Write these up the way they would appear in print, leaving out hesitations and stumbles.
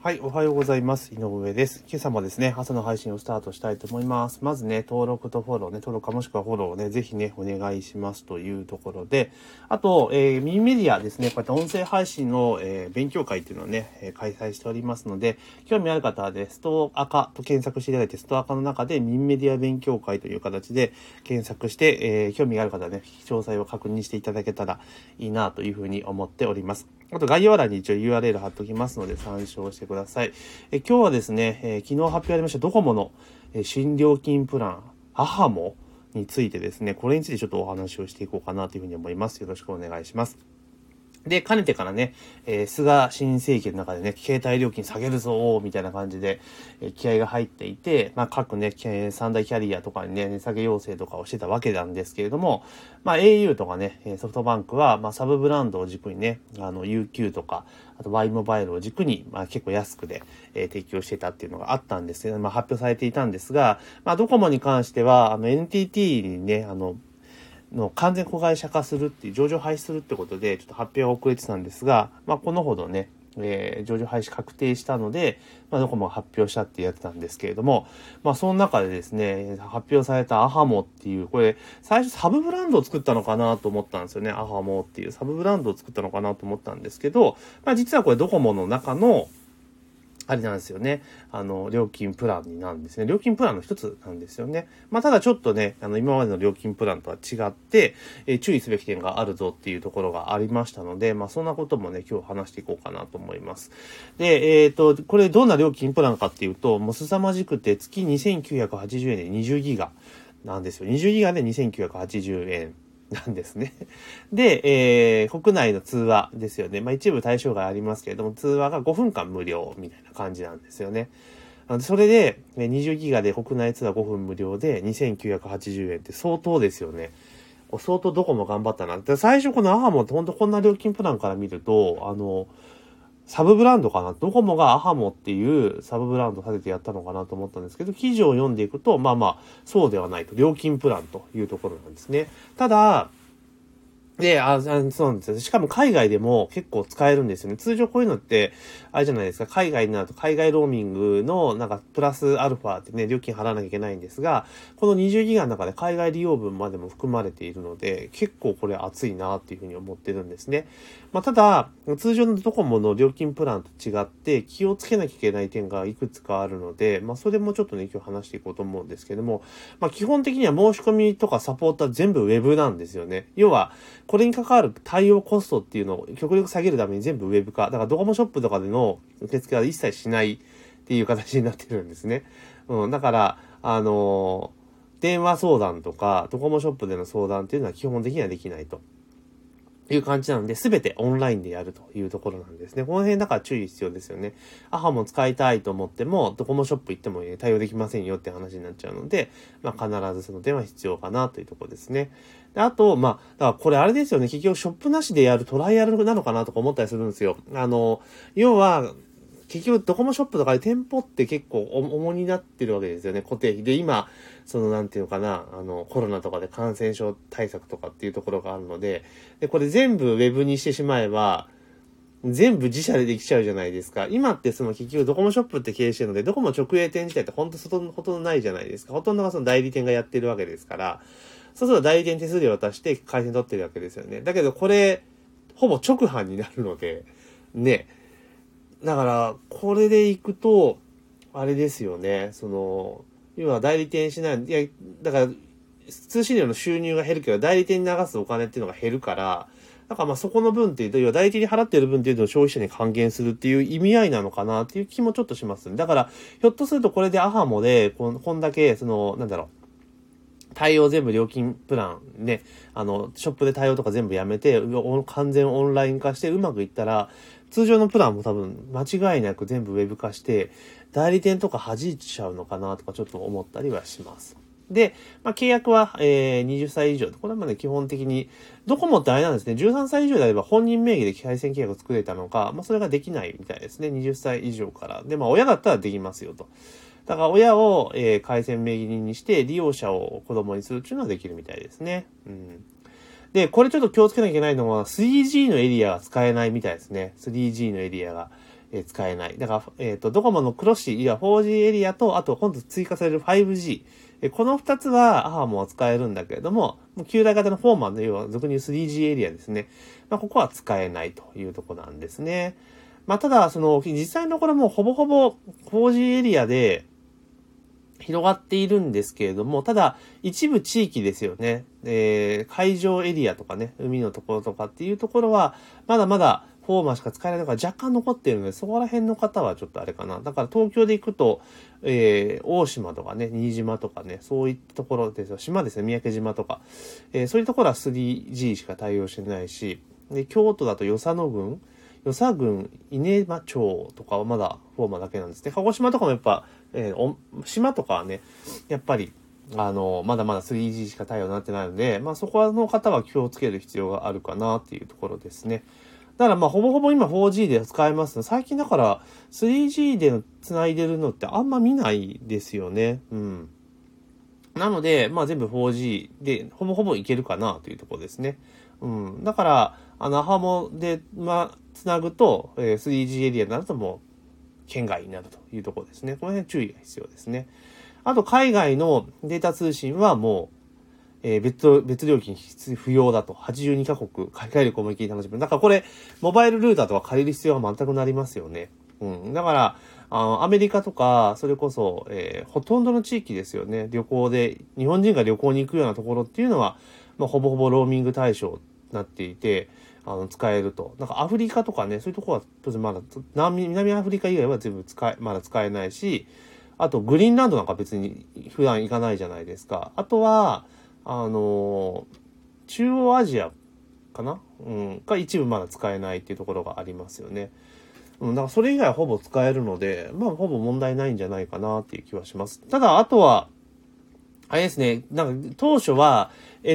はい、おはようございます。井上です。今朝もですね、朝の配信をスタートしたいと思います。まずね、登録とフォローね、登録かもしくはフォローをね、ぜひね、お願いしますというところで、あと、ミニメディアですね、こうやって音声配信の、勉強会っていうのをね、開催しておりますので、興味ある方はね、ストアカと検索していただいて、ストアカの中でミニメディア勉強会という形で検索して、興味がある方はね、詳細を確認していただけたらいいなというふうに思っております。あと概要欄に一応 URL 貼っておきますので参照してください。今日はですね、昨日発表ありましたドコモの、新料金プラン、アハモについてですね、これについてちょっとお話をしていこうかなというふうに思います。よろしくお願いします。で、かねてからね、菅新政権の中でね、携帯料金下げるぞ、みたいな感じで、気合が入っていて、各ね、三大キャリアとかにね、値下げ要請とかをしてたわけなんですけれども、au とかね、ソフトバンクは、サブブランドを軸にね、UQ とか、あと Y モバイルを軸に、結構安くで、提供してたっていうのがあったんですけど、発表されていたんですが、ドコモに関しては、NTT にね、の完全子会社化するっていう上場廃止するってことでちょっと発表が遅れてたんですが、このほどね、上場廃止確定したので、ドコモが発表したっていうやつなんですけれども、その中でですね、発表されたアハモっていう、これ、最初サブブランドを作ったのかなと思ったんですよね。アハモっていうサブブランドを作ったのかなと思ったんですけど、実はこれドコモの中のあれなんですよね。料金プランになるんですね。料金プランの一つなんですよね。ただちょっとね、今までの料金プランとは違って、注意すべき点があるぞっていうところがありましたので、そんなこともね、今日話していこうかなと思います。で、これどんな料金プランかっていうと、もう凄まじくて月2980円で20ギガなんですよ。20ギガで2980円。なんですね。で、国内の通話ですよね。一部対象外ありますけれども、通話が5分間無料みたいな感じなんですよね。それで、20ギガで国内通話5分無料で2980円って相当ですよね。相当どこも頑張ったな。で最初このアハモって本当こんな料金プランから見ると、サブブランドかな。ドコモがアハモっていうサブブランドを立ててやったのかなと思ったんですけど、記事を読んでいくと、そうではないと。料金プランというところなんですね。ただ、で、そうなんですよ。しかも海外でも結構使えるんですよね。通常こういうのって、あれじゃないですか、海外になると海外ローミングのプラスアルファってね、料金払わなきゃいけないんですが、この20ギガの中で海外利用分までも含まれているので、結構これ熱いなっていうふうに思ってるんですね。ただ、通常のドコモの料金プランと違って気をつけなきゃいけない点がいくつかあるので、それもちょっとね、今日話していこうと思うんですけども、基本的には申し込みとかサポートは全部ウェブなんですよね。要は、これに関わる対応コストっていうのを極力下げるために全部ウェブ化。だからドコモショップとかでの受付は一切しないっていう形になってるんですね。だから、電話相談とかドコモショップでの相談っていうのは基本的にはできないと。いう感じなので、すべてオンラインでやるというところなんですね。この辺だから注意必要ですよね。アハも使いたいと思っても、ドコモショップ行っても、対応できませんよって話になっちゃうので、必ずその点は必要かなというところですね。であと、だからこれあれですよね。結局ショップなしでやるトライアルなのかなとか思ったりするんですよ。要は、結局ドコモショップとかで店舗って結構重になってるわけですよね。固定費で今なんていうのかな、コロナとかで感染症対策とかっていうところがあるので、これ全部ウェブにしてしまえば全部自社でできちゃうじゃないですか。今って結局ドコモショップって経営してるので、ドコモ直営店自体ってほとんどないじゃないですか。ほとんどがその代理店がやってるわけですから、そうすると代理店手数料渡して回線取ってるわけですよね。だけどこれほぼ直販になるのでね。だから、これでいくと、あれですよね。要は代理店しない、いや、だから、通信料の収入が減るけど、代理店に流すお金っていうのが減るから、だからそこの分っていうと、要は代理店に払ってる分っていうのを消費者に還元するっていう意味合いなのかなっていう気もちょっとしますね。だから、ひょっとするとこれでアハモで、こんだけ、対応全部料金プランね、ショップで対応とか全部やめて、完全オンライン化してうまくいったら、通常のプランも多分間違いなく全部ウェブ化して、代理店とか弾いちゃうのかなとかちょっと思ったりはします。で、契約は、20歳以上。これは基本的に、ドコモってあれなんですね、13歳以上であれば本人名義で回線契約を作れたのか、それができないみたいですね。20歳以上から。で、親だったらできますよと。だから親を、回線名義人にして利用者を子供にするっていうのはできるみたいですね。で、これちょっと気をつけなきゃいけないのは 3G のエリアが使えないみたいですね。3G のエリアが。 使えない。だから、ドコモのクロッシー、いや 4G エリアと、あと今度追加される 5G。この2つはアハモは使えるんだけれども、旧来型のフォーマーの要は俗に言う 3G エリアですね。ここは使えないというところなんですね。ただ、実際のところもほぼほぼ 4G エリアで広がっているんですけれども、ただ、一部地域ですよね。海上エリアとかね、海のところとかっていうところは、まだまだフォーマーしか使えないのが若干残っているので、そこら辺の方はちょっとあれかな。だから東京で行くと、大島とかね、新島とかね、そういったところですよ。島ですね、三宅島とか。そういうところは 3G しか対応してないし、で、京都だと与謝郡、稲葉町とかはまだフォーマーだけなんですね。鹿児島とかもやっぱ、島とかはね、やっぱり、まだまだ 3G しか対応になってないので、そこの方は気をつける必要があるかなっていうところですね。だからほぼほぼ今 4G で使えますね。最近だから 3G で繋いでるのってあんま見ないですよね。うん。なので、全部 4G でほぼほぼいけるかなというところですね。うん。だから、アハモで、繋ぐと、3G エリアになるともう、圏外になるというところですね。この辺注意が必要ですね。あと、海外のデータ通信はもう、別料金不要だと。82カ国、海外旅行も一気に楽しむ。だからこれ、モバイルルーターとか借りる必要が全くなりますよね。うん。だから、アメリカとか、それこそ、ほとんどの地域ですよね。旅行で、日本人が旅行に行くようなところっていうのは、ほぼほぼローミング対象になっていて、使えると。なんかアフリカとかね、そういうところは、当然まだ、南アフリカ以外は全部まだ使えないし、あと、グリーンランドなんか別に普段行かないじゃないですか。あとは、中央アジアかなが一部まだ使えないっていうところがありますよね。だからそれ以外はほぼ使えるので、ほぼ問題ないんじゃないかなっていう気はします。ただ、あとは、あれですね、なんか当初は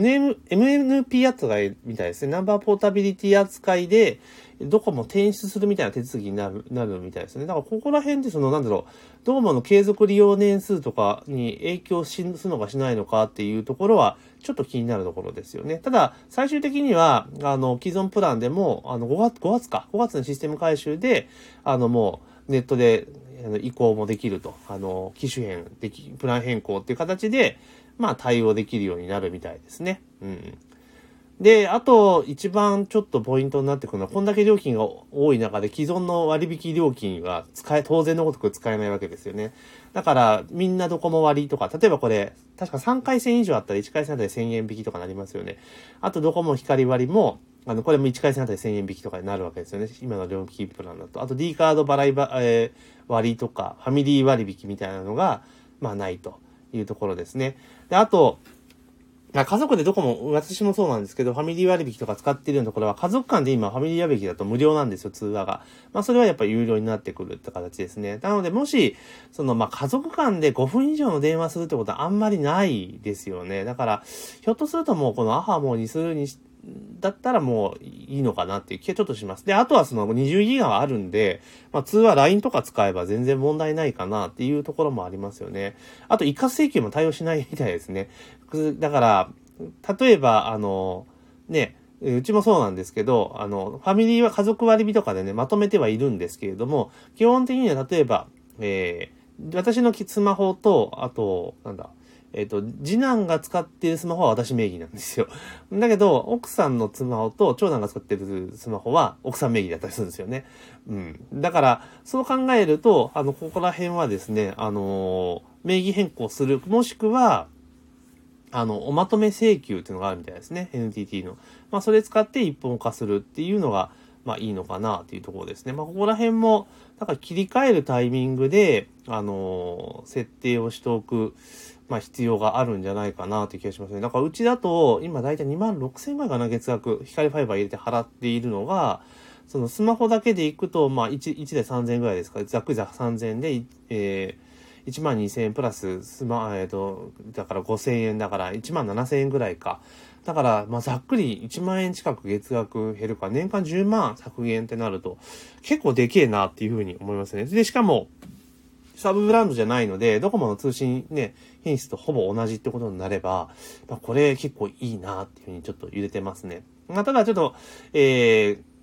MNP 扱いみたいですね。ナンバーポータビリティ扱いで、どこも転出するみたいな手続きになるみたいですね。だからここら辺でドコモの継続利用年数とかに影響するのかしないのかっていうところは、ちょっと気になるところですよね。ただ、最終的には、既存プランでも、5月のシステム改修で、もう、ネットで、移行もできると。機種プラン変更っていう形で、対応できるようになるみたいですね。うん。で、あと、一番ちょっとポイントになってくるのは、こんだけ料金が多い中で既存の割引料金は当然のごとく使えないわけですよね。だから、みんなドコモ割とか、例えばこれ、確か3回線以上あったら1回線あたり1000円引きとかなりますよね。あと、ドコモ光割も、これも1回線あたり1000円引きとかになるわけですよね。今の料金プランだと。あと D カード割とか、ファミリー割引みたいなのが、ないというところですね。で、あと、家族でどこも、私もそうなんですけど、ファミリー割引とか使っているようなところは、家族間で今ファミリー割引だと無料なんですよ、通話が。それはやっぱり有料になってくるって形ですね。なので、もし、家族間で5分以上の電話するってことはあんまりないですよね。だから、ひょっとするともうこのアハモにするにだったらもういいのかなっていう気がちょっとします。で、あとは20ギガはあるんで、通話 LINE とか使えば全然問題ないかなっていうところもありますよね。あと一括請求も対応しないみたいですね。だから、例えば、うちもそうなんですけど、ファミリーは家族割引とかでね、まとめてはいるんですけれども、基本的には例えば、私のスマホと、あと、次男が使っているスマホは私名義なんですよ。だけど、奥さんのスマホと長男が使っているスマホは奥さん名義だったりするんですよね。うん。だから、そう考えると、ここら辺はですね、名義変更する、もしくは、おまとめ請求っていうのがあるみたいですね。NTT の。それ使って一本化するっていうのが、いいのかなっていうところですね。ここら辺も、切り替えるタイミングで、設定をしておく、必要があるんじゃないかなって気がしますね。だからうちだと、今だいたい26,000円ぐらいかな、月額、光ファイバー入れて払っているのが、スマホだけで行くと、1台3,000円ぐらいですから、ざっくり3,000円で、12,000円プラス、だから5,000円だから17,000円ぐらいか。だから、ざっくり1万円近く月額減るか、年間10万削減ってなると、結構でけえなっていうふうに思いますね。で、しかも、サブブランドじゃないので、ドコモの通信ね、品質とほぼ同じってことになれば、これ結構いいなっていうふうにちょっと揺れてますね。ただちょっと、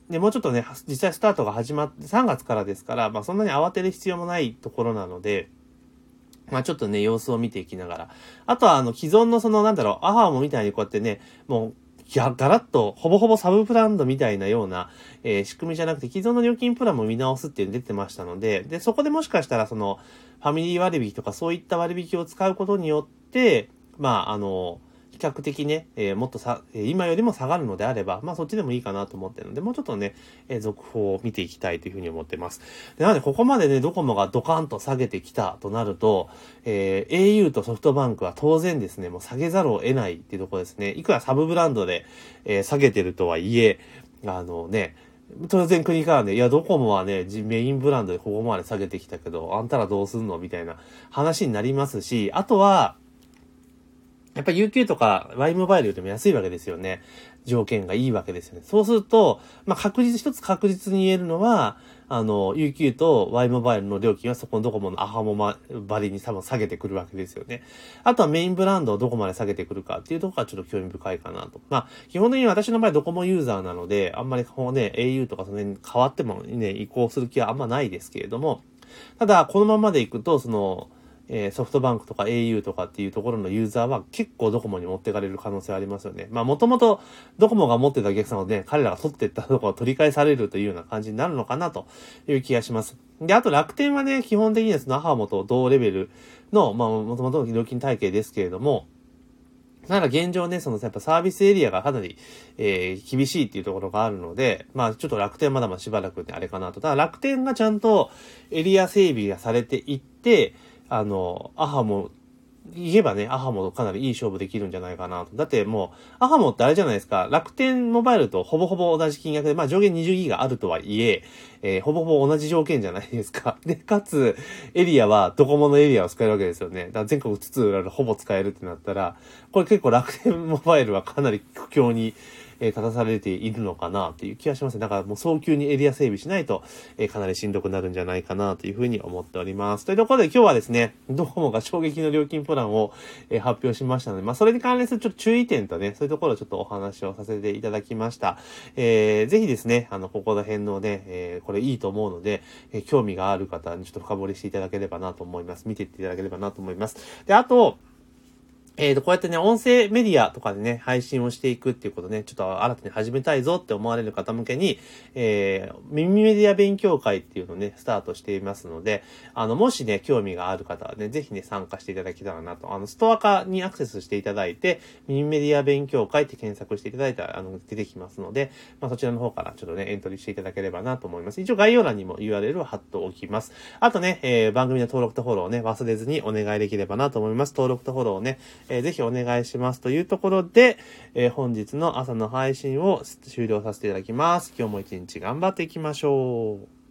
で、もうちょっとね、実際スタートが始まって3月からですから、まあそんなに慌てる必要もないところなので、まあちょっとね、様子を見ていきながら。あとは既存のアハモみたいにこうやってね、もう、ガラッと、ほぼほぼサブプランドみたいなような、仕組みじゃなくて、既存の料金プランも見直すっていうの出てましたので、で、そこでもしかしたらファミリー割引とかそういった割引を使うことによって、まあ比較的ね、もっと今よりも下がるのであれば、まあそっちでもいいかなと思ってるので、もうちょっとね、続報を見ていきたいというふうに思ってます。でなので、ここまでね、ドコモがドカンと下げてきたとなると、au とソフトバンクは当然ですね、もう下げざるを得ないっていうところですね。いくらサブブランドで、下げてるとはいえ、当然国からね、いや、ドコモはね、メインブランドでここまで下げてきたけど、あんたらどうすんのみたいな話になりますし、あとは、やっぱり UQ とか Y モバイルよりも安いわけですよね。条件がいいわけですよね。そうすると、まあ、一つ確実に言えるのは、UQ と Y モバイルの料金はそこのドコモのアハモバリに多分下げてくるわけですよね。あとはメインブランドをどこまで下げてくるかっていうところがちょっと興味深いかなと。まあ、基本的に私の場合ドコモユーザーなので、あんまりau とかその辺変わってもね、移行する気はあんまないですけれども、ただ、このままでいくと、ソフトバンクとか au とかっていうところのユーザーは結構ドコモに持ってかれる可能性ありますよね。まあもともとドコモが持ってたお客さんをね、彼らが取っていったところを取り返されるというような感じになるのかなという気がします。で、あと楽天はね、基本的にはアハモと同レベルの、まあもともとの料金体系ですけれども、ただ現状ね、やっぱサービスエリアがかなり、厳しいっていうところがあるので、まあちょっと楽天まだまだしばらくね、あれかなと。ただ楽天がちゃんとエリア整備がされていって、アハモ、言えばね、アハモかなりいい勝負できるんじゃないかなと。だってもう、アハモってあれじゃないですか、楽天モバイルとほぼほぼ同じ金額で、まあ上限20ギガあるとはいえ、ほぼほぼ同じ条件じゃないですか。で、かつ、エリアはドコモのエリアを使えるわけですよね。だから全国津々浦々ほぼ使えるってなったら、これ結構楽天モバイルはかなり苦境に、立たされているのかなっていう気がしますね。だからもう早急にエリア整備しないと、かなりしんどくなるんじゃないかなというふうに思っております。というところで今日はですね、ドコモが衝撃の料金プランを、発表しましたので、まあそれに関連するちょっと注意点とね、そういうところをちょっとお話をさせていただきました。ぜひですね、ここら辺のね、これいいと思うので、興味がある方にちょっと深掘りしていただければなと思います。見ていっていただければなと思います。で、あと、こうやってね、音声メディアとかでね、配信をしていくっていうことね、ちょっと新たに始めたいぞって思われる方向けに、耳メディア勉強会っていうのをね、スタートしていますので、もしね、興味がある方はね、ぜひね、参加していただけたらなと。ストア化にアクセスしていただいて、耳メディア勉強会って検索していただいたら、出てきますので、まあ、そちらの方からちょっとね、エントリーしていただければなと思います。一応概要欄にも URL を貼っておきます。あとね、番組の登録とフォローをね、忘れずにお願いできればなと思います。登録とフォローをね、ぜひお願いしますというところで、本日の朝の配信を終了させていただきます。今日も一日頑張っていきましょう。